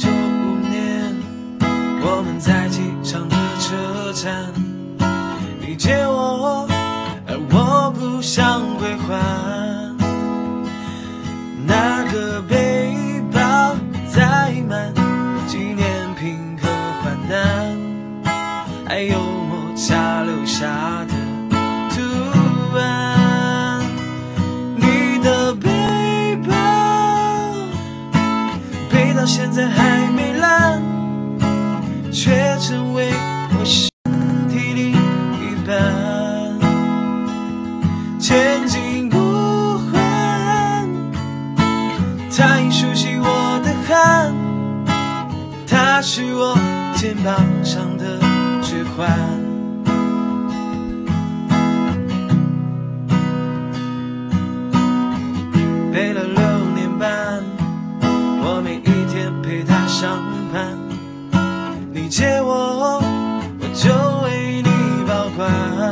说5年，我们在机场的车站，你借我，而我不想归还。那个背包载满纪念品和患难，还有摩擦留下的图案。你的背包背到现在还没烂，却成为我身体另一半。千金不换，它已熟悉我的汗，它是我肩膀上的指环。陪了6年半，我每一天陪他上班。你借我，我就为你保管。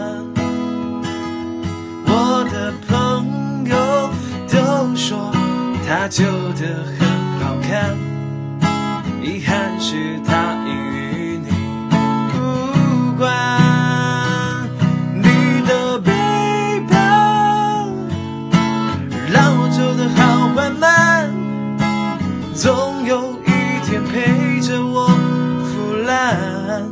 我的朋友都说他旧得很好看，遗憾是他已与你无关。你的背包让我走得好缓慢，总有一天陪着我腐烂。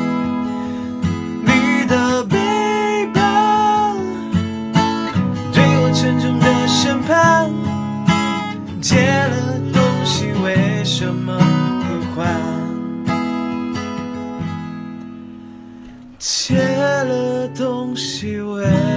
你的背包对我沉重的审判，借了东西为什么不还？借了东西为